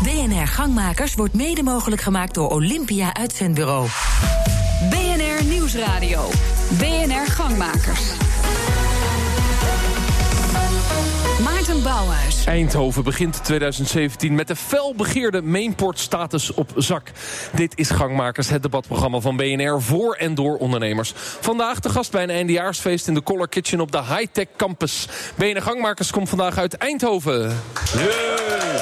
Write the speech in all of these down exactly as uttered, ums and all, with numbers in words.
B N R Gangmakers wordt mede mogelijk gemaakt door Olympia Uitzendbureau. B N R Nieuwsradio. B N R Gangmakers. Maarten Bouwhuis. Eindhoven begint twintig zeventien met de felbegeerde Mainport-status op zak. Dit is Gangmakers, het debatprogramma van B N R voor en door ondernemers. Vandaag de gast bij een eindejaarsfeest in de Color Kitchen op de Hightech Campus. B N R Gangmakers komt vandaag uit Eindhoven. Yeah.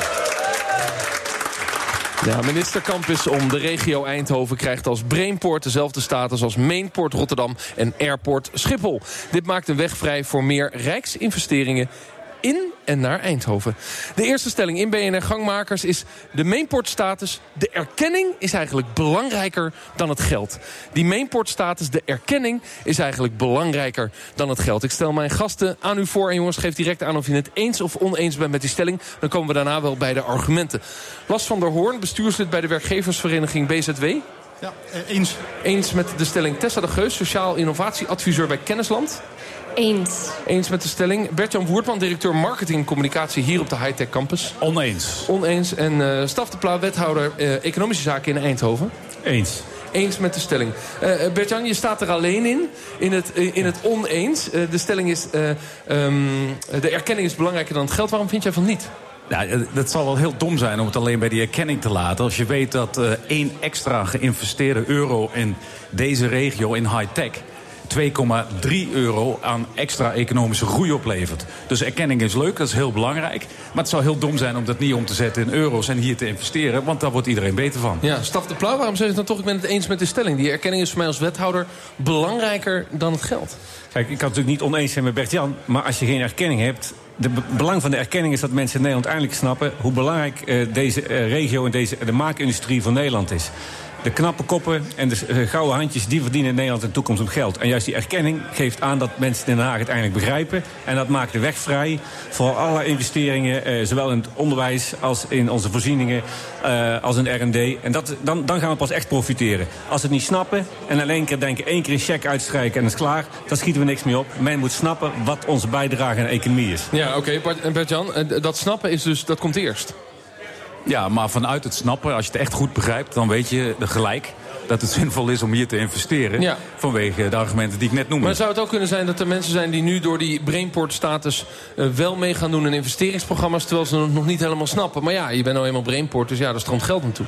Ja, minister Kamp is om. De regio Eindhoven krijgt als Brainport dezelfde status als Mainport Rotterdam en Airport Schiphol. Dit maakt een weg vrij voor meer rijksinvesteringen in en naar Eindhoven. De eerste stelling in B N R Gangmakers is: de Mainport-status, de erkenning is eigenlijk belangrijker dan het geld. Die Mainport-status, de erkenning, is eigenlijk belangrijker dan het geld. Ik stel mijn gasten aan u voor en jongens, geef direct aan of je het eens of oneens bent met die stelling. Dan komen we daarna wel bij de argumenten. Las van der Hoorn, bestuurslid bij de werkgeversvereniging B Z W. Ja, eens. Eens met de stelling. Tessa de Geus, sociaal innovatieadviseur bij Kennisland. Eens. Eens met de stelling. Bert-Jan Woertman, directeur marketing en communicatie hier op de Hightech Campus. Oneens. Oneens. En uh, Staf de Pla, wethouder uh, economische zaken in Eindhoven. Eens. Eens met de stelling. Uh, Bert-Jan, je staat er alleen in, in het, uh, in het oneens. Uh, de stelling is, uh, um, de erkenning is belangrijker dan het geld. Waarom vind jij van niet? Nou, dat zal wel heel dom zijn om het alleen bij die erkenning te laten. Als je weet dat uh, één extra geïnvesteerde euro in deze regio, in high-tech, twee komma drie euro aan extra economische groei oplevert. Dus erkenning is leuk, dat is heel belangrijk. Maar het zou heel dom zijn om dat niet om te zetten in euro's en hier te investeren, want daar wordt iedereen beter van. Ja, Staf de Pla, waarom zeg je dan toch, ik ben het eens met de stelling. Die erkenning is voor mij als wethouder belangrijker dan het geld. Kijk, ik kan het natuurlijk niet oneens zijn met Bert-Jan, maar als je geen erkenning hebt, de be- belang van de erkenning is dat mensen in Nederland eindelijk snappen hoe belangrijk uh, deze uh, regio en deze, de maakindustrie van Nederland is. De knappe koppen en de uh, gouden handjes, die verdienen in Nederland in de toekomst op geld. En juist die erkenning geeft aan dat mensen in Den Haag het eindelijk begrijpen. En dat maakt de weg vrij voor alle investeringen, uh, zowel in het onderwijs als in onze voorzieningen, uh, als in R en D. En dat, dan, dan gaan we pas echt profiteren. Als we het niet snappen en alleen keer denken, één keer een cheque uitstrijken en het is klaar, dan schieten we niks meer op. Men moet snappen wat onze bijdrage aan de economie is. Ja, oké, okay, Bert-Jan, dat snappen is dus, dat komt eerst. Ja, maar vanuit het snappen, als je het echt goed begrijpt, dan weet je gelijk dat het zinvol is om hier te investeren. Ja. Vanwege de argumenten die ik net noemde. Maar zou het ook kunnen zijn dat er mensen zijn die nu door die Brainport-status uh, wel mee gaan doen in investeringsprogramma's, terwijl ze het nog niet helemaal snappen? Maar ja, je bent nou eenmaal Brainport, dus ja, daar stroomt geld naartoe.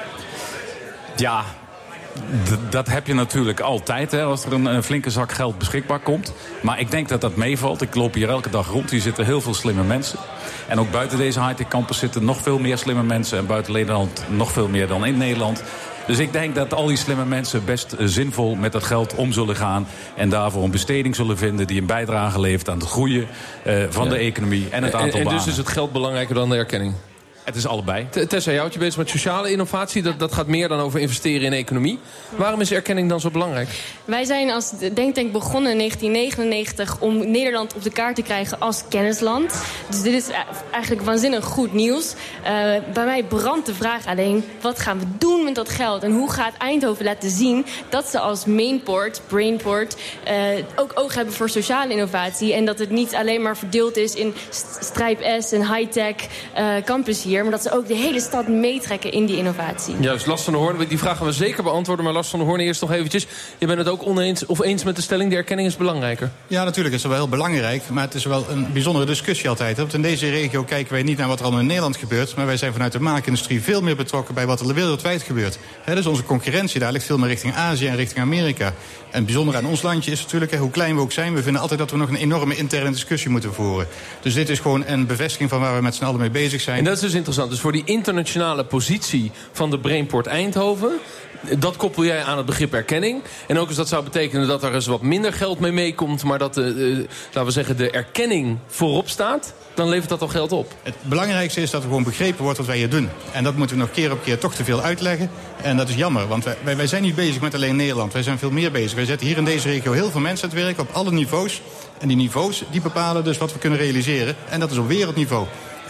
Ja, d- dat heb je natuurlijk altijd, hè, als er een, een flinke zak geld beschikbaar komt. Maar ik denk dat dat meevalt. Ik loop hier elke dag rond. Hier zitten heel veel slimme mensen. En ook buiten deze high-tech campus zitten nog veel meer slimme mensen. En buiten Nederland nog veel meer dan in Nederland. Dus ik denk dat al die slimme mensen best uh, zinvol met dat geld om zullen gaan. En daarvoor een besteding zullen vinden die een bijdrage levert aan het groeien uh, van ja. de economie en het aantal en, en banen. En dus is het geld belangrijker dan de erkenning? Het is allebei. Tessa, je houdt je bezig met sociale innovatie. Dat, dat gaat meer dan over investeren in economie. Waarom is erkenning dan zo belangrijk? Wij zijn als denktank begonnen in negentien negenennegentig om Nederland op de kaart te krijgen als kennisland. Dus dit is eigenlijk waanzinnig goed nieuws. Uh, bij mij brandt de vraag alleen, wat gaan we doen met dat geld? En hoe gaat Eindhoven laten zien dat ze als Mainport, Brainport, uh, ook oog hebben voor sociale innovatie. En dat het niet alleen maar verdeeld is in Strijp S en high-tech uh, campus hier. Maar dat ze ook de hele stad meetrekken in die innovatie. Juist, Lars van der Hoorn, die vraag gaan we zeker beantwoorden. Maar Lars van der Hoorn, eerst nog eventjes. Je bent het ook oneens of eens met de stelling, de erkenning is belangrijker. Ja, natuurlijk is het wel heel belangrijk. Maar het is wel een bijzondere discussie altijd. Want in deze regio kijken wij niet naar wat er allemaal in Nederland gebeurt. Maar wij zijn vanuit de maakindustrie veel meer betrokken bij wat er wereldwijd gebeurt. He, dus onze concurrentie daar ligt veel meer richting Azië en richting Amerika. En het bijzondere aan ons landje is natuurlijk, he, hoe klein we ook zijn, we vinden altijd dat we nog een enorme interne discussie moeten voeren. Dus dit is gewoon een bevestiging van waar we met z'n allen mee bezig zijn. En dat is dus interessant. Dus voor die internationale positie van de Brainport Eindhoven, dat koppel jij aan het begrip erkenning. En ook als dat zou betekenen dat er eens wat minder geld mee meekomt, maar dat de, de, laten we zeggen, de erkenning voorop staat, dan levert dat al geld op. Het belangrijkste is dat er gewoon begrepen wordt wat wij hier doen. En dat moeten we nog keer op keer toch te veel uitleggen. En dat is jammer, want wij, wij zijn niet bezig met alleen Nederland. Wij zijn veel meer bezig. Wij zetten hier in deze regio heel veel mensen aan het werk op alle niveaus. En die niveaus die bepalen dus wat we kunnen realiseren. En dat is op wereldniveau.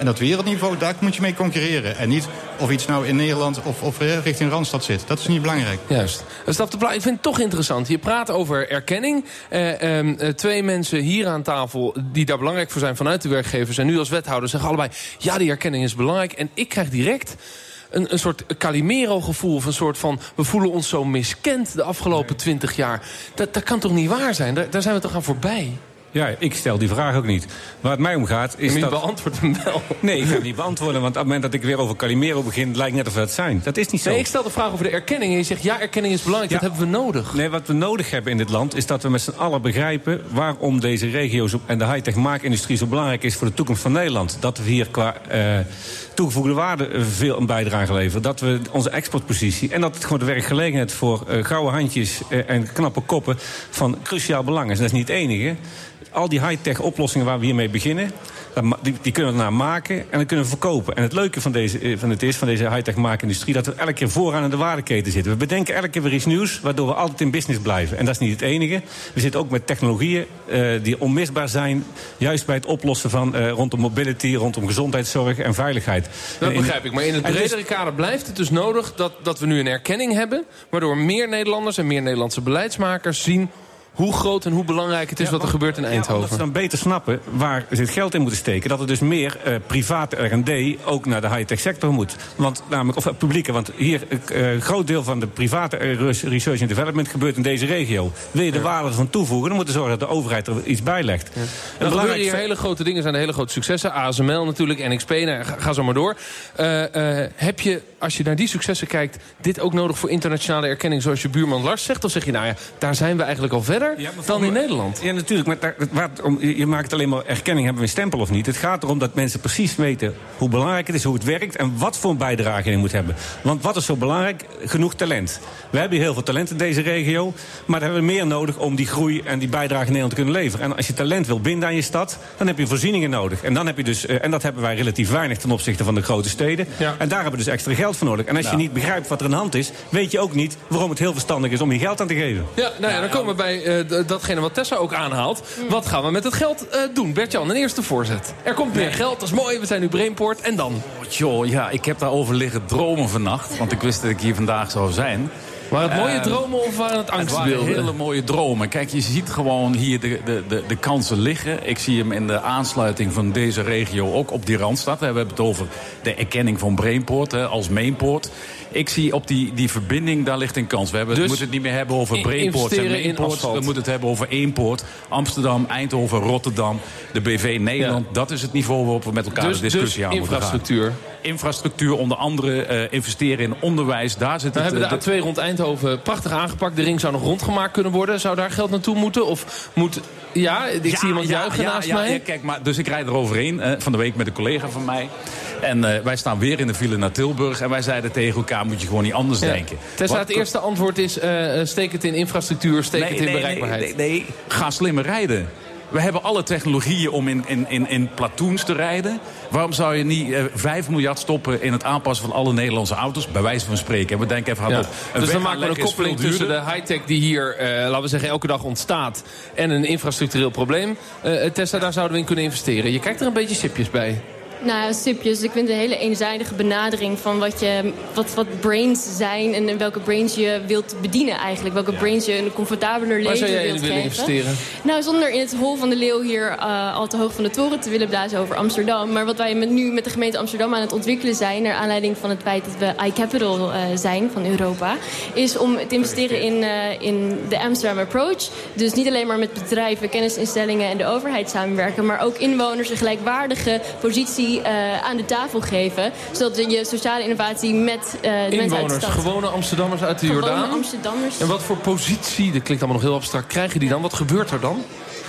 En dat wereldniveau, daar moet je mee concurreren. En niet of iets nou in Nederland of, of richting Randstad zit. Dat is niet belangrijk. Juist. Staf de Pla, ik vind het toch interessant. Je praat over erkenning. Uh, um, uh, twee mensen hier aan tafel die daar belangrijk voor zijn vanuit de werkgevers en nu als wethouder zeggen allebei, ja, die erkenning is belangrijk. En ik krijg direct Een, een soort Calimero-gevoel. Of een soort van, we voelen ons zo miskend de afgelopen twintig jaar. Dat, dat kan toch niet waar zijn? Daar, daar zijn we toch aan voorbij? Ja, ik stel die vraag ook niet. Waar het mij om gaat is maar dat... je beantwoordt hem wel. Nee, ik ga hem niet beantwoorden. Want op het moment dat ik weer over Calimero begin, lijkt net of dat zijn. Dat is niet zo. Nee, ik stel de vraag over de erkenning. En je zegt, ja, erkenning is belangrijk. Ja. Dat hebben we nodig. Nee, wat we nodig hebben in dit land is dat we met z'n allen begrijpen waarom deze regio's en de high-tech maakindustrie zo belangrijk is voor de toekomst van Nederland. Dat we hier qua uh, toegevoegde waarde veel een bijdrage leveren. Dat we onze exportpositie en dat het gewoon de werkgelegenheid voor uh, gouden handjes uh, en knappe koppen van cruciaal belang is. En dat is niet het enige. Al die high-tech oplossingen waar we hiermee beginnen, die, die kunnen we daarna maken en dan kunnen we verkopen. En het leuke van, deze, van het is, van deze high-tech maakindustrie, dat we elke keer vooraan in de waardeketen zitten. We bedenken elke keer weer iets nieuws, waardoor we altijd in business blijven. En dat is niet het enige. We zitten ook met technologieën uh, die onmisbaar zijn, juist bij het oplossen van uh, rondom mobility, rondom gezondheidszorg en veiligheid. Dat en in, begrijp ik. Maar in het bredere kader blijft het dus nodig dat, dat we nu een erkenning hebben, waardoor meer Nederlanders en meer Nederlandse beleidsmakers zien hoe groot en hoe belangrijk het is ja, wat er want, gebeurt in Eindhoven. Ja, omdat ze dan beter snappen waar ze het geld in moeten steken. Dat er dus meer uh, private R en D ook naar de high-tech sector moet. Want namelijk, of uh, publieke, want hier een uh, groot deel van de private uh, research and development gebeurt in deze regio. Wil je de ja. waarde ervan toevoegen, dan moet je zorgen dat de overheid er iets bij legt. Ja. En dan gebeuren hier hele grote dingen, zijn de hele grote successen. A S M L natuurlijk, N X P, nou, ga, ga zo maar door. Uh, uh, heb je, als je naar die successen kijkt, dit ook nodig voor internationale erkenning, zoals je buurman Lars zegt? Of zeg je, nou ja, daar zijn we eigenlijk al verder ja, dan in Nederland? Ja, natuurlijk. Maar daar, waar, om, je maakt alleen maar erkenning, hebben we een stempel of niet. Het gaat erom dat mensen precies weten hoe belangrijk het is, hoe het werkt en wat voor een bijdrage je moet hebben. Want wat is zo belangrijk? Genoeg talent. We hebben hier heel veel talent in deze regio, maar daar hebben we meer nodig om die groei en die bijdrage in Nederland te kunnen leveren. En als je talent wil binden aan je stad, dan heb je voorzieningen nodig. En dan heb je dus, uh, en dat hebben wij relatief weinig ten opzichte van de grote steden. Ja. En daar hebben we dus extra geld voor nodig. En als nou. je niet begrijpt wat er aan de hand is, weet je ook niet waarom het heel verstandig is om hier geld aan te geven. Ja, nou ja, dan komen we bij uh, datgene wat Tessa ook aanhaalt. Mm. Wat gaan we met het geld uh, doen? Bert-Jan, een eerste voorzet. Er komt meer nee. geld, dat is mooi. We zijn nu Brainport. En dan? Oh, joh, ja, ik heb daarover liggen dromen vannacht. Want ik wist dat ik hier vandaag zou zijn. Waren het mooie uh, dromen of waren het angstbeelden? Het waren hele mooie dromen. Kijk, je ziet gewoon hier de, de, de, de kansen liggen. Ik zie hem in de aansluiting van deze regio ook op die Randstad. We hebben het over de erkenning van Brainport hè, als mainport. Ik zie op die, die verbinding, daar ligt een kans. We hebben, dus moeten het niet meer hebben over Brainport en mainport. We moeten het hebben over éénpoort. Amsterdam, Eindhoven, Rotterdam, de B V Nederland. Ja. Dat is het niveau waarop we met elkaar dus, de discussie dus aan moeten gaan. Infrastructuur. Infrastructuur, onder andere uh, investeren in onderwijs. Daar zit we het, hebben de A twee rond Eindhoven prachtig aangepakt. De ring zou nog rondgemaakt kunnen worden. Zou daar geld naartoe moeten? Of moet... Ja, ik ja, zie iemand ja, juichen ja, naast ja, mij. Ja, kijk, maar, dus ik rijd er overheen uh, van de week met een collega van mij. En uh, wij staan weer in de file naar Tilburg. En wij zeiden tegen elkaar, moet je gewoon niet anders ja. denken. Tessa, het eerste antwoord is, uh, steek het in infrastructuur, steek nee, het in nee, bereikbaarheid. Nee, nee, nee, ga slimmer rijden. We hebben alle technologieën om in, in, in, in platoons te rijden. Waarom zou je niet uh, vijf miljard stoppen in het aanpassen van alle Nederlandse auto's? Bij wijze van spreken. We denken even aan ja. op. Dus dan maken we een koppeling tussen de high-tech die hier, uh, laten we zeggen, elke dag ontstaat en een infrastructureel probleem. Uh, Tessa, daar zouden we in kunnen investeren. Je kijkt er een beetje sipjes bij. Nou ja, stipjes. Ik vind het een hele eenzijdige benadering van wat, je, wat, wat brains zijn en welke brains je wilt bedienen eigenlijk. Welke ja. brains je een comfortabeler leven wilt geven. Waar zou jij in willen investeren? Nou, zonder in het hol van de leeuw hier uh, al te hoog van de toren te willen blazen over Amsterdam. Maar wat wij met, nu met de gemeente Amsterdam aan het ontwikkelen zijn, naar aanleiding van het feit dat we iCapital uh, zijn van Europa, is om te investeren in, uh, in de Amsterdam Approach. Dus niet alleen maar met bedrijven, kennisinstellingen en de overheid samenwerken, maar ook inwoners een gelijkwaardige positie Uh, aan de tafel geven. Zodat je sociale innovatie met uh, de inwoners, mensen uit de stad. Gewone Amsterdammers uit de gewone Jordaan. Amsterdammers. En wat voor positie, dat klinkt allemaal nog heel abstract, krijgen die dan? Wat gebeurt er dan?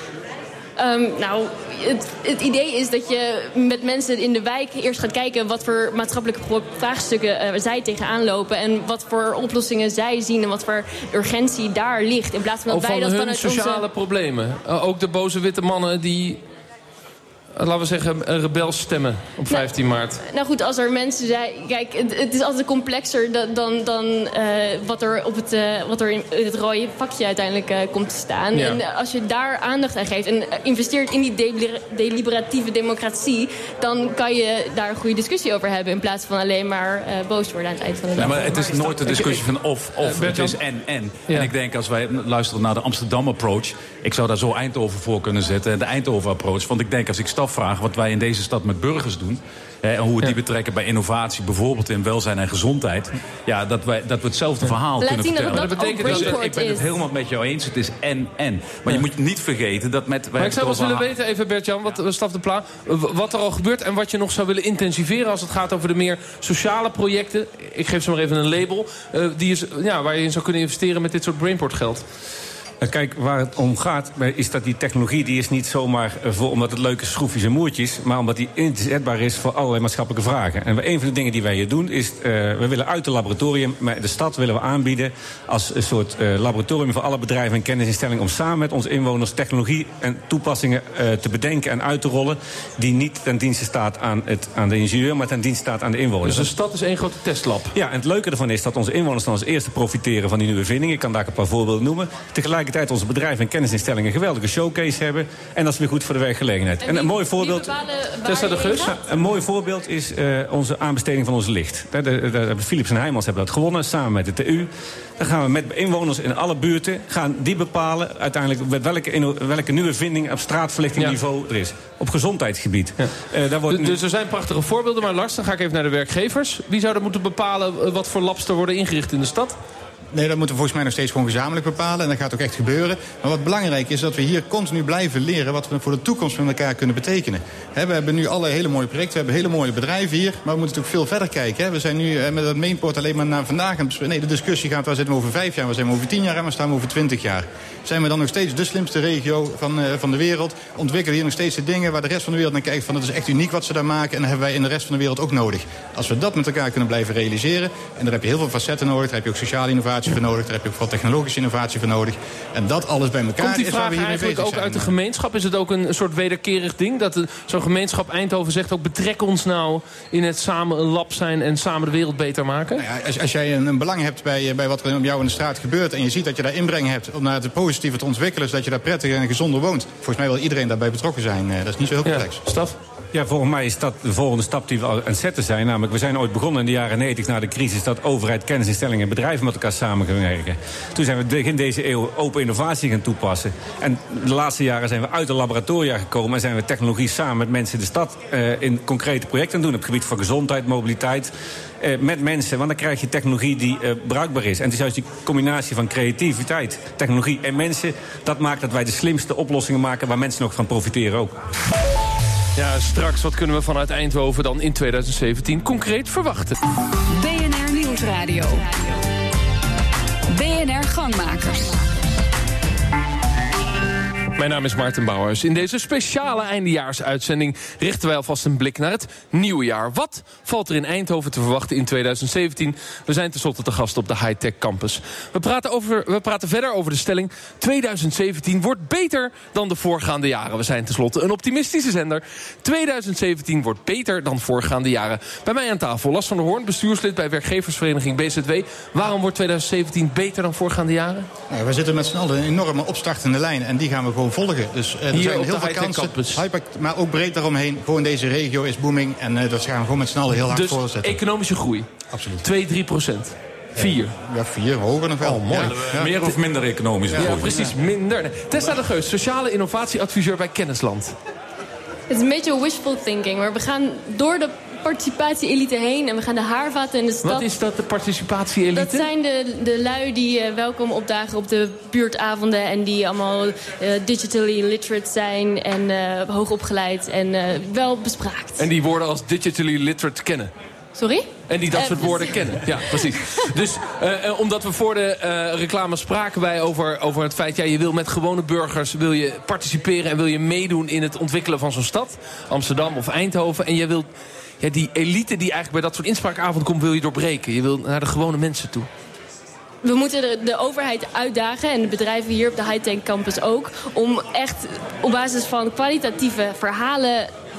Um, nou, het, het idee is dat je met mensen in de wijk eerst gaat kijken wat voor maatschappelijke vraagstukken uh, zij tegenaan lopen en wat voor oplossingen zij zien en wat voor urgentie daar ligt. In plaats van dat oh, wij van dat hun vanuit sociale onze... problemen. Uh, ook de boze witte mannen die laten we zeggen, een rebels stemmen op vijftien maart? Nou goed, als er mensen zijn... Kijk, het, het is altijd complexer dan, dan, dan uh, wat er, op het, uh, wat er in het rode vakje uiteindelijk uh, komt te staan. Ja. En uh, als je daar aandacht aan geeft en investeert in die delibera- deliberatieve democratie, dan kan je daar een goede discussie over hebben in plaats van alleen maar uh, boos worden aan het eind van de dag. Ja, maar het is nooit een discussie van of, of uh, het is en, en. Ja. En ik denk, als wij luisteren naar de Amsterdam approach, ik zou daar zo Eindhoven voor kunnen zetten, de Eindhoven approach. Want ik denk, als ik staf vraag wat wij in deze stad met burgers doen, en hoe we die ja. betrekken bij innovatie, bijvoorbeeld in welzijn en gezondheid, ja, dat, wij, dat we hetzelfde verhaal Laat kunnen zien vertellen. Dat dat betekent dus, dat ik ben het helemaal met jou eens. Het is en en. Maar ja. je moet niet vergeten dat met. Maar ik zou wel willen weten, even Bert-Jan, wat, ja. Staf de Pla, wat er al gebeurt en wat je nog zou willen intensiveren als het gaat over de meer sociale projecten. Ik geef ze maar even een label. Uh, die is, ja, waar je in zou kunnen investeren met dit soort Brainport geld. Kijk, waar het om gaat, is dat die technologie die is niet zomaar voor omdat het leuke schroefjes en moertjes, maar omdat die inzetbaar is voor allerlei maatschappelijke vragen. En een van de dingen die wij hier doen is, uh, we willen uit het laboratorium, maar de stad willen we aanbieden als een soort uh, laboratorium voor alle bedrijven en kennisinstellingen om samen met onze inwoners technologie en toepassingen uh, te bedenken en uit te rollen die niet ten dienste staat aan, het, aan de ingenieur, maar ten dienste staat aan de inwoners. Dus de stad is één grote testlab. Ja, en het leuke ervan is dat onze inwoners dan als eerste profiteren van die nieuwe vindingen. Ik kan daar een paar voorbeelden noemen. Tegelijkertijd onze bedrijven en kennisinstellingen een geweldige showcase hebben. En dat is weer goed voor de werkgelegenheid. En, en een mooi voorbeeld. Tessa de Geus. Een mooi voorbeeld is uh, onze aanbesteding van ons licht. De, de, de, de Philips en Heijmans hebben dat gewonnen, samen met de T U. Dan gaan we met inwoners in alle buurten gaan die bepalen uiteindelijk met welke, welke nieuwe vinding op straatverlichtingniveau ja. er is. Op gezondheidsgebied. Ja. Uh, daar wordt dus, nu... dus er zijn prachtige voorbeelden. Maar Lars, dan ga ik even naar de werkgevers. Wie zou er moeten bepalen wat voor labs er worden ingericht in de stad? Nee, dat moeten we volgens mij nog steeds gewoon gezamenlijk bepalen. En dat gaat ook echt gebeuren. Maar wat belangrijk is, dat we hier continu blijven leren wat we voor de toekomst met elkaar kunnen betekenen. He, we hebben nu alle hele mooie projecten, we hebben hele mooie bedrijven hier. Maar we moeten natuurlijk veel verder kijken. He. We zijn nu met dat Mainport alleen maar naar vandaag. Nee, de discussie gaat, waar zitten we over vijf jaar, waar zijn we over tien jaar en waar staan we over twintig jaar. Zijn we dan nog steeds de slimste regio van, uh, van de wereld? Ontwikkelen hier nog steeds de dingen waar de rest van de wereld naar kijkt van dat is echt uniek wat ze daar maken. En dat hebben wij in de rest van de wereld ook nodig. Als we dat met elkaar kunnen blijven realiseren. En daar heb je heel veel facetten nodig. Daar heb je ook sociale innovatie voor nodig. Daar heb je ook vooral technologische innovatie voor nodig. En dat alles bij elkaar Komt die is waar we vraag hiermee eigenlijk bezig ook zijn. uit de gemeenschap? Is het ook een soort wederkerig ding? Dat zo'n gemeenschap Eindhoven zegt ook betrek ons nou in het samen een lab zijn en samen de wereld beter maken? Nou ja, als, als jij een, een belang hebt bij, bij wat er op jou in de straat gebeurt en je ziet dat je daar inbreng hebt om naar het positieve te ontwikkelen, zodat je daar prettiger en gezonder woont. Volgens mij wil iedereen daarbij betrokken zijn. Dat is niet zo heel complex. Ja, Staf? Ja, volgens mij is dat de volgende stap die we aan het zetten zijn. Namelijk, we zijn ooit begonnen in de jaren negentig na de crisis dat overheid, kennisinstellingen en bedrijven met elkaar samen gaan werken. Toen zijn we begin deze eeuw open innovatie gaan toepassen. En de laatste jaren zijn we uit de laboratoria gekomen en zijn we technologie samen met mensen in de stad uh, in concrete projecten doen op het gebied van gezondheid, mobiliteit. Uh, met mensen, want dan krijg je technologie die uh, bruikbaar is. En het is juist die combinatie van creativiteit, technologie en mensen, dat maakt dat wij de slimste oplossingen maken waar mensen nog van profiteren ook. Ja, straks, wat kunnen we vanuit Eindhoven dan in tweeduizend zeventien concreet verwachten? B N R Nieuwsradio. B N R Gangmakers. Mijn naam is Maarten Bouwhuis. In deze speciale eindejaarsuitzending richten wij alvast een blik naar het nieuwe jaar. Wat valt er in Eindhoven te verwachten in tweeduizend zeventien? We zijn tenslotte te gast op de Hightech Campus. We praten, over, we praten verder over de stelling tweeduizend zeventien wordt beter dan de voorgaande jaren. We zijn tenslotte een optimistische zender. tweeduizend zeventien wordt beter dan voorgaande jaren. Bij mij aan tafel Lars van der Hoorn, bestuurslid bij werkgeversvereniging B Z W. Waarom wordt tweeduizend zeventien beter dan voorgaande jaren? Nou, we zitten met z'n allen een enorme opstartende lijn en die gaan we gewoon volgen. Dus uh, er Hier zijn heel veel kansen, hyper, maar ook breed daaromheen. Gewoon deze regio is booming en uh, dat gaan we gewoon met z'n allen heel hard dus voorzetten. Economische groei? Absoluut. twee, drie procent. Vier? Ja, vier, hoger nog wel. Oh, mooi. Ja. Ja. Meer of minder economische groei? Ja, precies, minder. Tessa de Geus, sociale innovatieadviseur bij Kennisland. Het is een beetje wishful thinking, maar we gaan door de participatie-elite heen en we gaan de haarvaten in de stad. Wat is dat, de participatie-elite? Dat zijn de, de lui die uh, welkom opdagen op de buurtavonden en die allemaal uh, digitally literate zijn en uh, hoogopgeleid en uh, wel bespraakt. En die woorden als digitally literate kennen. Sorry? En die dat uh, soort woorden precies. kennen. Ja, precies. Dus uh, uh, omdat we voor de uh, reclame spraken wij over, over het feit... ja, je wil met gewone burgers wil je participeren en wil je meedoen in het ontwikkelen van zo'n stad. Amsterdam of Eindhoven. En je wilt ja, die elite die eigenlijk bij dat soort inspraakavond komt, wil je doorbreken. Je wil naar de gewone mensen toe. We moeten de, de overheid uitdagen en de bedrijven hier op de Hightech Campus ook... om echt op basis van kwalitatieve verhalen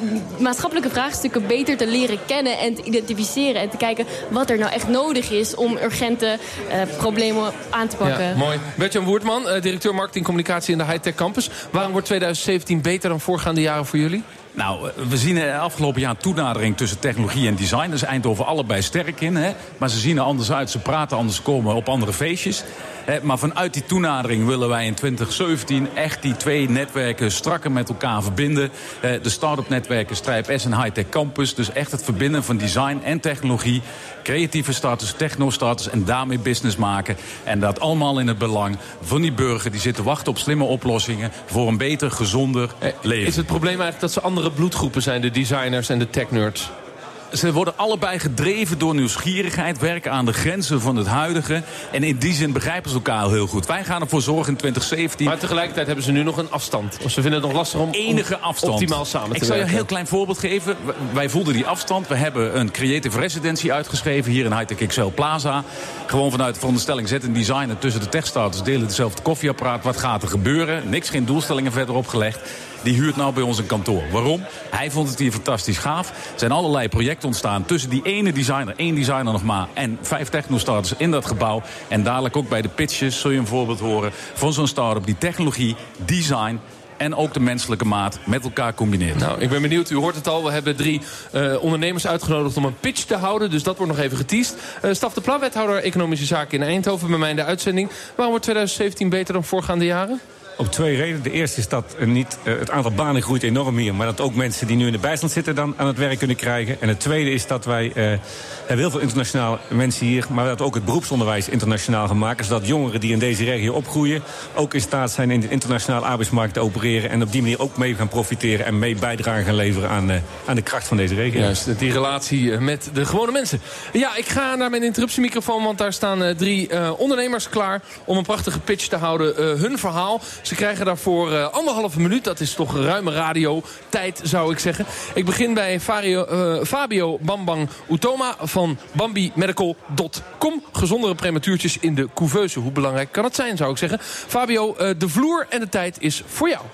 maatschappelijke vraagstukken beter te leren kennen en te identificeren. En te kijken wat er nou echt nodig is om urgente uh, problemen aan te pakken. Ja, mooi. Bert-Jan Woertman, uh, directeur marketing communicatie in de Hightech Campus. Waarom wordt twintig zeventien beter dan voorgaande jaren voor jullie? Nou, we zien de afgelopen jaar toenadering tussen technologie en design. Daar is Eindhoven allebei sterk in. Hè? Maar ze zien er anders uit, ze praten anders, komen op andere feestjes. Eh, maar vanuit die toenadering willen wij in twintig zeventien echt die twee netwerken strakker met elkaar verbinden. Eh, de start-up netwerken Strijp S en Hightech Campus. Dus echt het verbinden van design en technologie. Creatieve starters, techno-starters en daarmee business maken. En dat allemaal in het belang van die burger die zit te wachten op slimme oplossingen voor een beter, gezonder leven. Is het probleem eigenlijk dat ze andere bloedgroepen zijn, de designers en de tech-nerds? Ze worden allebei gedreven door nieuwsgierigheid, werken aan de grenzen van het huidige. En in die zin begrijpen ze elkaar heel goed. Wij gaan ervoor zorgen in twintig zeventien... Maar tegelijkertijd hebben ze nu nog een afstand. Of ze vinden het nog lastig om, enige afstand. optimaal samen te Ik zal je werken. een heel klein voorbeeld geven. Wij voelden die afstand. We hebben een creative residency uitgeschreven hier in Hightech X L Plaza. Gewoon vanuit de veronderstelling, zet een designer tussen de techstarters, delen hetzelfde koffieapparaat. Wat gaat er gebeuren? Niks, geen doelstellingen verder opgelegd. Die huurt nou bij ons een kantoor. Waarom? Hij vond het hier fantastisch gaaf. Er zijn allerlei projecten ontstaan tussen die ene designer, één designer nog maar, en vijf technostarters in dat gebouw. En dadelijk ook bij de pitches zul je een voorbeeld horen van zo'n start-up die technologie, design en ook de menselijke maat met elkaar combineert. Nou, ik ben benieuwd. U hoort het al. We hebben drie uh, ondernemers uitgenodigd om een pitch te houden. Dus dat wordt nog even geteased. Uh, Staf de Pla, wethouder Economische Zaken in Eindhoven, bij mij in de uitzending. Waarom wordt twintig zeventien beter dan voorgaande jaren? Op twee redenen. De eerste is dat uh, niet, uh, het aantal banen groeit enorm hier, maar dat ook mensen die nu in de bijstand zitten dan aan het werk kunnen krijgen. En het tweede is dat wij uh, hebben heel veel internationale mensen hier, maar dat ook het beroepsonderwijs internationaal gaan maken, zodat jongeren die in deze regio opgroeien ook in staat zijn in de internationale arbeidsmarkt te opereren en op die manier ook mee gaan profiteren en mee bijdrage gaan leveren aan, uh, aan de kracht van deze regio. Juist, die relatie met de gewone mensen. Ja, ik ga naar mijn interruptiemicrofoon, want daar staan uh, drie uh, ondernemers klaar om een prachtige pitch te houden. Uh, hun verhaal. Ze krijgen daarvoor uh, anderhalve minuut. Dat is toch ruime radio-tijd, zou ik zeggen. Ik begin bij Fario, uh, Fabio Bambang Utoma van Bambi Medical punt com. Gezondere prematuurtjes in de couveuse. Hoe belangrijk kan het zijn, zou ik zeggen. Fabio, uh, de vloer en de tijd is voor jou.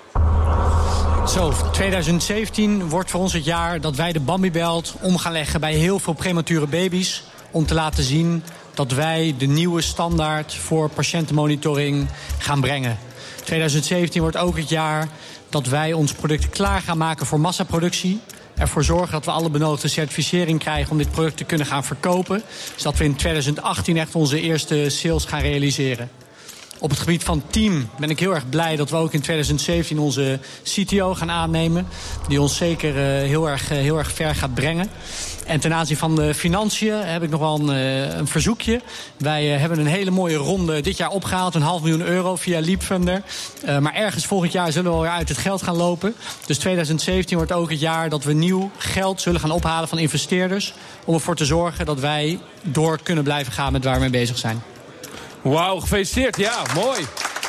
Zo, twintig zeventien wordt voor ons het jaar dat wij de Bambi-belt om gaan leggen bij heel veel premature baby's. Om te laten zien dat wij de nieuwe standaard voor patiëntenmonitoring gaan brengen. twintig zeventien wordt ook het jaar dat wij ons product klaar gaan maken voor massaproductie. Ervoor zorgen dat we alle benodigde certificering krijgen om dit product te kunnen gaan verkopen. Zodat we in twintig achttien echt onze eerste sales gaan realiseren. Op het gebied van team ben ik heel erg blij dat we ook in twintig zeventien onze C T O gaan aannemen. Die ons zeker uh, heel, erg, uh, heel erg ver gaat brengen. En ten aanzien van de financiën heb ik nog wel een, uh, een verzoekje. Wij uh, hebben een hele mooie ronde dit jaar opgehaald. Een half miljoen euro via Leapfunder. Uh, maar ergens volgend jaar zullen we weer uit het geld gaan lopen. Dus twintig zeventien wordt ook het jaar dat we nieuw geld zullen gaan ophalen van investeerders. Om ervoor te zorgen dat wij door kunnen blijven gaan met waar we mee bezig zijn. Wauw, gefeliciteerd. Ja, mooi.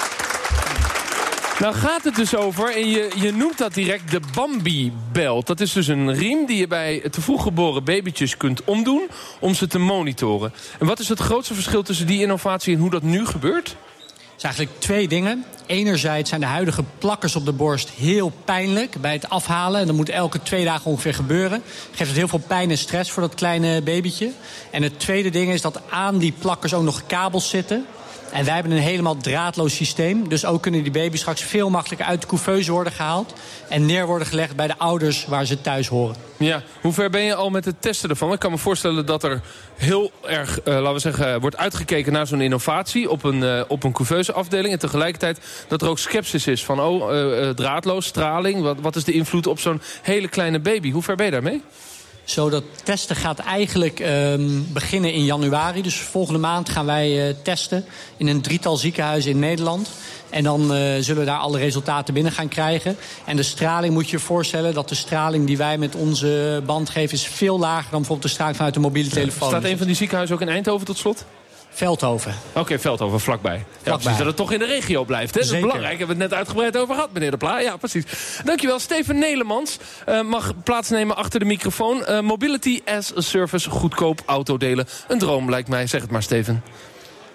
Nou gaat het dus over, en je, je noemt dat direct de Bambi-belt. Dat is dus een riem die je bij te vroeg geboren babytjes kunt omdoen om ze te monitoren. En wat is het grootste verschil tussen die innovatie en hoe dat nu gebeurt? Het is eigenlijk twee dingen. Enerzijds zijn de huidige plakkers op de borst heel pijnlijk bij het afhalen. En dat moet elke twee dagen ongeveer gebeuren. Geeft het heel veel pijn en stress voor dat kleine babytje. En het tweede ding is dat aan die plakkers ook nog kabels zitten. En wij hebben een helemaal draadloos systeem. Dus ook kunnen die baby's straks veel makkelijker uit de couveuse worden gehaald. En neer worden gelegd bij de ouders waar ze thuis horen. Ja, hoe ver ben je al met het testen ervan? Ik kan me voorstellen dat er heel erg, uh, laten we zeggen, wordt uitgekeken naar zo'n innovatie op een, uh, op een couveuse afdeling. En tegelijkertijd dat er ook sceptisch is van, oh, uh, draadloos, straling. Wat, wat is de invloed op zo'n hele kleine baby? Hoe ver ben je daarmee? Zo, dat testen gaat eigenlijk um, beginnen in januari. Dus volgende maand gaan wij uh, testen in een drietal ziekenhuizen in Nederland. En dan uh, zullen we daar alle resultaten binnen gaan krijgen. En de straling moet je je voorstellen dat de straling die wij met onze band geven is veel lager dan bijvoorbeeld de straling vanuit de mobiele telefoon. Staat een van die ziekenhuizen ook in Eindhoven tot slot? Veldhoven. Oké, okay, Veldhoven, vlakbij. Ja, vlakbij. precies, dat het toch in de regio blijft. Hè? Dat is belangrijk, hebben we het net uitgebreid over gehad, meneer De Pla. Ja, precies. Dankjewel. Steven Nelemans uh, mag plaatsnemen achter de microfoon. Uh, mobility as a service, goedkoop autodelen. Een droom lijkt mij. Zeg het maar, Steven.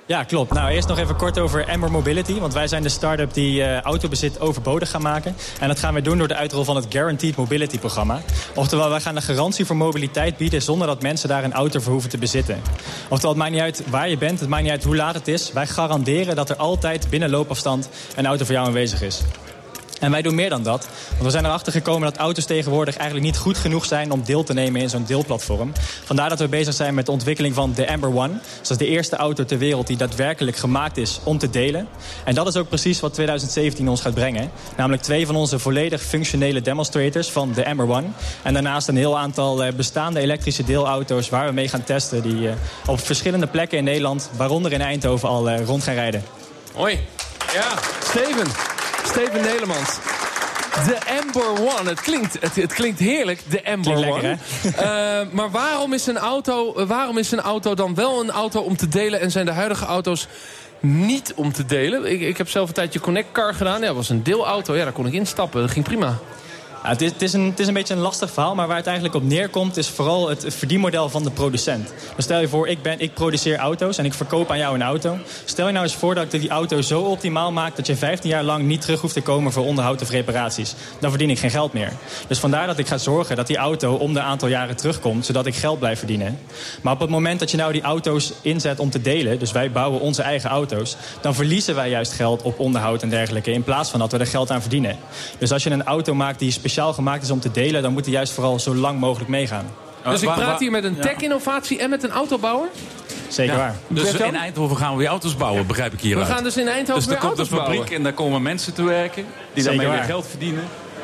Ja, klopt. Nou, eerst nog even kort over Amber Mobility. Want wij zijn de start-up die uh, autobezit overbodig gaan maken. En dat gaan we doen door de uitrol van het Guaranteed Mobility programma. Oftewel, wij gaan een garantie voor mobiliteit bieden zonder dat mensen daar een auto voor hoeven te bezitten. Oftewel, het maakt niet uit waar je bent, het maakt niet uit hoe laat het is. Wij garanderen dat er altijd binnen loopafstand een auto voor jou aanwezig is. En wij doen meer dan dat. Want we zijn erachter gekomen dat auto's tegenwoordig eigenlijk niet goed genoeg zijn om deel te nemen in zo'n deelplatform. Vandaar dat we bezig zijn met de ontwikkeling van de Amber One. Dus dat is de eerste auto ter wereld die daadwerkelijk gemaakt is om te delen. En dat is ook precies wat twintig zeventien ons gaat brengen. Namelijk twee van onze volledig functionele demonstrators van de Amber One. En daarnaast een heel aantal bestaande elektrische deelauto's waar we mee gaan testen. Die op verschillende plekken in Nederland, waaronder in Eindhoven, al rond gaan rijden. Hoi. Ja, Steven. Steven Nelemans. De Amber One. Het klinkt, het, het klinkt heerlijk, de Amber Klinkt One. Lekker, uh, maar waarom is, een auto, waarom is een auto dan wel een auto om te delen en zijn de huidige auto's niet om te delen? Ik, ik heb zelf een tijdje Connect Car gedaan. Ja, dat was een deelauto. Ja, daar kon ik instappen. Dat ging prima. Ja, het, is, het, is een, het is een beetje een lastig verhaal, maar waar het eigenlijk op neerkomt is vooral het verdienmodel van de producent. Dus stel je voor, ik, ben, ik produceer auto's en ik verkoop aan jou een auto. Stel je nou eens voor dat ik die auto zo optimaal maak dat je vijftien jaar lang niet terug hoeft te komen voor onderhoud of reparaties. Dan verdien ik geen geld meer. Dus vandaar dat ik ga zorgen dat die auto om de aantal jaren terugkomt, zodat ik geld blijf verdienen. Maar op het moment dat je nou die auto's inzet om te delen, dus wij bouwen onze eigen auto's, dan verliezen wij juist geld op onderhoud en dergelijke, in plaats van dat we er geld aan verdienen. Dus als je een auto maakt die speciaal gemaakt is om te delen, dan moet hij juist vooral zo lang mogelijk meegaan. Dus ik praat hier met een tech-innovatie en met een autobouwer? Zeker ja. waar. Dus in Eindhoven gaan we weer auto's bouwen, begrijp ik hieruit. We gaan dus in Eindhoven dus weer auto's bouwen. Dus er komt een fabriek en daar komen mensen te werken die Zeker daarmee waar. weer geld verdienen.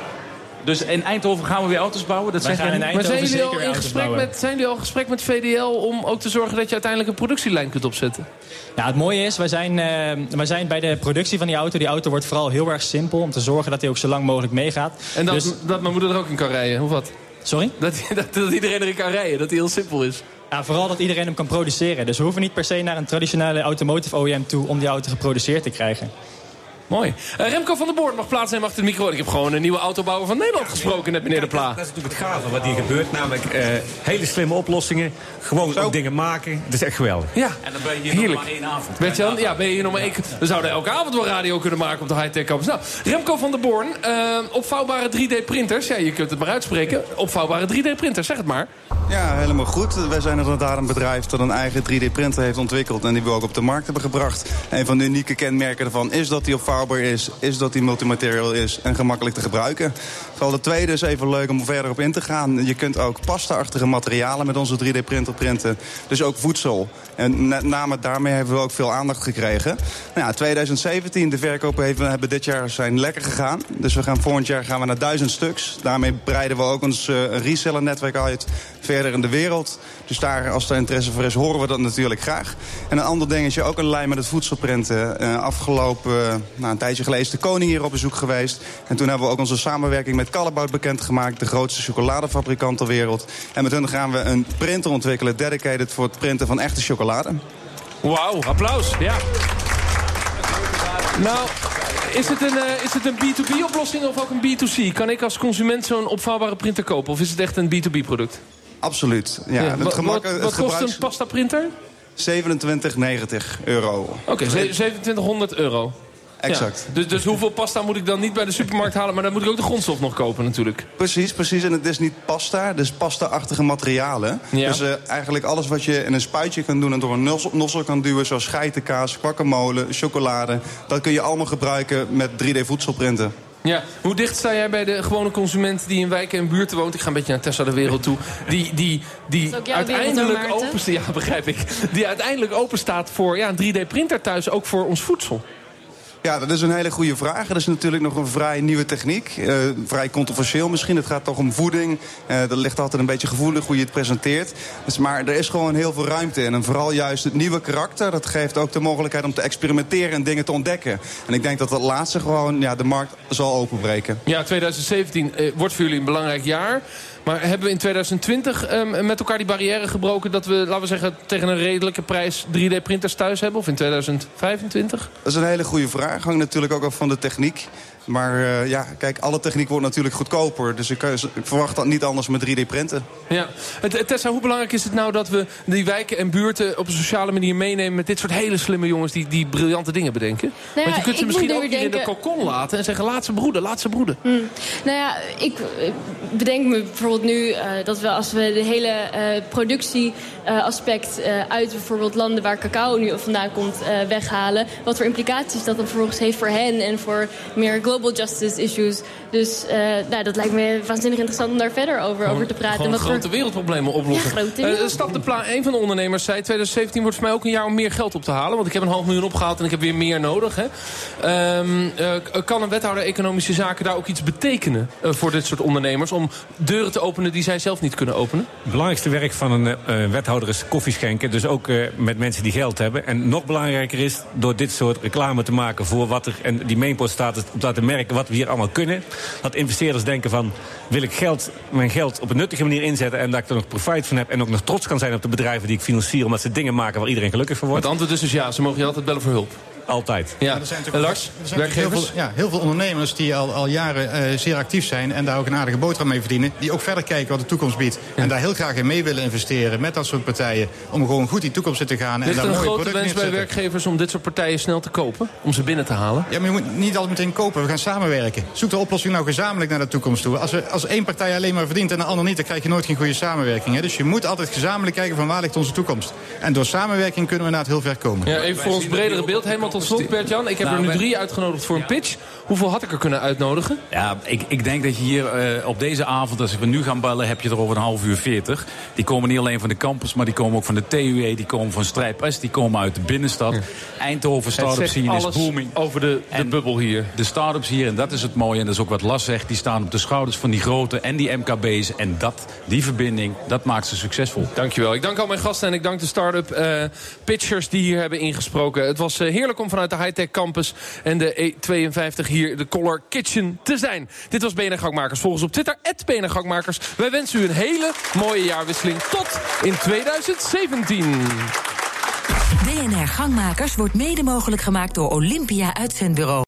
Dus in Eindhoven gaan we weer auto's bouwen? Dat Wij zeg gaan jij in niet? Maar zijn jullie, zeker al in auto's gesprek bouwen. met, zijn jullie al in gesprek met V D L om ook te zorgen dat je uiteindelijk een productielijn kunt opzetten? Ja, het mooie is, wij zijn, uh, wij zijn bij de productie van die auto. Die auto wordt vooral heel erg simpel om te zorgen dat hij ook zo lang mogelijk meegaat. En dat, Dus- dat mijn moeder er ook in kan rijden, of wat? Sorry? Dat, dat, dat iedereen erin kan rijden, dat hij heel simpel is. Ja, vooral dat iedereen hem kan produceren. Dus we hoeven niet per se naar een traditionele automotive O E M toe om die auto geproduceerd te krijgen. Mooi. Uh, Remco van der Boord mag plaatsnemen achter de micro. Ik heb gewoon een nieuwe autobouwer van Nederland gesproken net, meneer De Pla. Dat is natuurlijk het gave wat hier gebeurt. Namelijk uh, hele slimme oplossingen. Gewoon ook dingen maken. Dat is echt geweldig. Ja, En dan ben je hier heerlijk. nog maar één avond. Bert-Jan, ja, ben je hier nog maar één... We zouden elke avond wel radio kunnen maken op de high-tech campus. Nou, Remco van der Born, uh, opvouwbare drie D-printers. Ja, je kunt het maar uitspreken. Opvouwbare drie D-printers, zeg het maar. Ja, helemaal goed. Wij zijn inderdaad een bedrijf dat een eigen drie D-printer heeft ontwikkeld en die we ook op de markt hebben gebracht. Een van de unieke kenmerken daarvan is dat die opvouwbaar is, is dat die multimaterial is en gemakkelijk te gebruiken. Vooral de tweede is even leuk om verder op in te gaan. Je kunt ook pasta-achtige materialen met onze drie D-printer printen. Dus ook voedsel. En met name daarmee hebben we ook veel aandacht gekregen. Nou ja, twintig zeventien, de verkopen hebben, hebben dit jaar zijn lekker gegaan. Dus we gaan volgend jaar gaan we naar duizend stuks. Daarmee breiden we ook ons uh, reseller-netwerk uit verder in de wereld. Dus daar, als er interesse voor is, horen we dat natuurlijk graag. En een ander ding is je ook een lijn met het voedselprinten. Uh, afgelopen, uh, nou, een tijdje geleden is de koning hier op bezoek geweest. En toen hebben we ook onze samenwerking met Callebaut bekendgemaakt. De grootste chocoladefabrikant ter wereld. En met hun gaan we een printer ontwikkelen, dedicated voor het printen van echte chocolade. Wauw, applaus. Ja. Nou, is het een, uh, is het een B twee B oplossing of ook een B twee C? Kan ik als consument zo'n opvouwbare printer kopen? Of is het echt een B twee B product? Absoluut. Ja, Ja, het wat gemak, wat, het wat kost gebruiks- een pasta printer? zevenentwintig negentig euro. Oké, okay, zevenentwintighonderd euro. Exact. Ja. Dus, dus hoeveel pasta moet ik dan niet bij de supermarkt halen? Maar dan moet ik ook de grondstof nog kopen natuurlijk. Precies, precies. En het is niet pasta, het is pasta-achtige materialen. Ja. Dus uh, eigenlijk alles wat je in een spuitje kan doen en door een nozzle, nozzle kan duwen, zoals geitenkaas, kwakkemolen, chocolade, dat kun je allemaal gebruiken met drie D voedselprinten. Ja, hoe dicht sta jij bij de gewone consument die in wijken en buurten woont? Ik ga een beetje naar Tessa de Wereld toe. Die, die, die uiteindelijk open, ja, begrijp ik. Die uiteindelijk open staat voor ja, een drie D printer thuis, ook voor ons voedsel. Ja, dat is een hele goede vraag. Dat is natuurlijk nog een vrij nieuwe techniek. Uh, vrij controversieel misschien. Het gaat toch om voeding. Uh, dat ligt altijd een beetje gevoelig hoe je het presenteert. Dus, maar er is gewoon heel veel ruimte in. En vooral juist het nieuwe karakter, dat geeft ook de mogelijkheid om te experimenteren en dingen te ontdekken. En ik denk dat dat laatste gewoon ja, de markt zal openbreken. Ja, twintig zeventien uh, wordt voor jullie een belangrijk jaar. Maar hebben we in twintig twintig um, met elkaar die barrière gebroken dat we, laten we zeggen, tegen een redelijke prijs drie D printers thuis hebben? Of in twintig vijfentwintig? Dat is een hele goede vraag. Hangt natuurlijk ook af van de techniek. Maar uh, ja, kijk, alle techniek wordt natuurlijk goedkoper. Dus ik, ik verwacht dat niet anders met drie D-printen. Ja. Tessa, hoe belangrijk is het nou dat we die wijken en buurten op een sociale manier meenemen met dit soort hele slimme jongens die, die briljante dingen bedenken? Nou ja, want je kunt ze misschien ook hier denken... in de kokon laten en zeggen laat ze broeden, laat ze broeden. Hmm. Nou ja, ik bedenk me bijvoorbeeld nu uh, dat we als we de hele uh, productieaspect uh, uh, uit bijvoorbeeld landen waar cacao nu vandaan komt uh, weghalen, wat voor implicaties dat dan vervolgens heeft voor hen en voor meer global justice issues. Dus uh, nou, dat lijkt me waanzinnig interessant om daar verder over, over te praten. Gewoon wat grote voor... wereldproblemen oplossen. Ja, grote uh, Stap de Pla, een van de ondernemers zei, twintig zeventien wordt voor mij ook een jaar om meer geld op te halen. Want ik heb een half miljoen opgehaald en ik heb weer meer nodig. Hè. Um, uh, kan een wethouder economische zaken daar ook iets betekenen uh, voor dit soort ondernemers? Om deuren te openen die zij zelf niet kunnen openen? Het belangrijkste werk van een uh, wethouder is koffie schenken. Dus ook uh, met mensen die geld hebben. En nog belangrijker is door dit soort reclame te maken voor wat er... en die mainport staat om te laten merken wat we hier allemaal kunnen. Dat investeerders denken van, wil ik geld, mijn geld op een nuttige manier inzetten en dat ik er nog profijt van heb en ook nog trots kan zijn op de bedrijven die ik financier omdat ze dingen maken waar iedereen gelukkig van wordt. Het antwoord is dus ja, ze mogen je altijd bellen voor hulp. Altijd. Ja. Ja, er zijn en Lars, er zijn werkgevers? Heel veel, ja, heel veel ondernemers die al, al jaren uh, zeer actief zijn en daar ook een aardige boterham mee verdienen. Die ook verder kijken wat de toekomst biedt. Ja. En daar heel graag in mee willen investeren met dat soort partijen. Om gewoon goed die toekomst in te gaan. Ligt en daar er een mooie grote wens bij werkgevers om dit soort partijen snel te kopen? Om ze binnen te halen? Ja, maar je moet niet altijd meteen kopen. We gaan samenwerken. Zoek de oplossing nou gezamenlijk naar de toekomst toe. Als, we, als één partij alleen maar verdient en de ander niet, dan krijg je nooit geen goede samenwerking. Hè? Dus je moet altijd gezamenlijk kijken van waar ligt onze toekomst. En door samenwerking kunnen we inderdaad heel ver komen. Ja, even voor ons bredere beeld, helemaal tot slot, Bert-Jan. Ik heb nou, er nu drie uitgenodigd voor een pitch. Hoeveel had ik er kunnen uitnodigen? Ja, ik, ik denk dat je hier uh, op deze avond, als we nu gaan bellen, heb je er over een half uur veertig. Die komen niet alleen van de campus, maar die komen ook van de T U E, die komen van Strijp S, die komen uit de binnenstad. Ja. Eindhoven start-up scene is booming. Over de, de bubbel hier. De start-ups hier, en dat is het mooie, en dat is ook wat Lars zegt, die staan op de schouders van die grote en die M K B's. En dat, die verbinding, dat maakt ze succesvol. Dankjewel. Ik dank al mijn gasten en ik dank de start-up uh, pitchers die hier hebben ingesproken. Het was uh, heerlijk om vanuit de Hightech Campus en de E tweeënvijftig hier de Color Kitchen te zijn. Dit was B N R Gangmakers. Volg ons op Twitter, at B N R Gangmakers. Wij wensen u een hele mooie jaarwisseling. Tot in tweeduizend zeventien. B N R Gangmakers wordt mede mogelijk gemaakt door Olympia Uitzendbureau.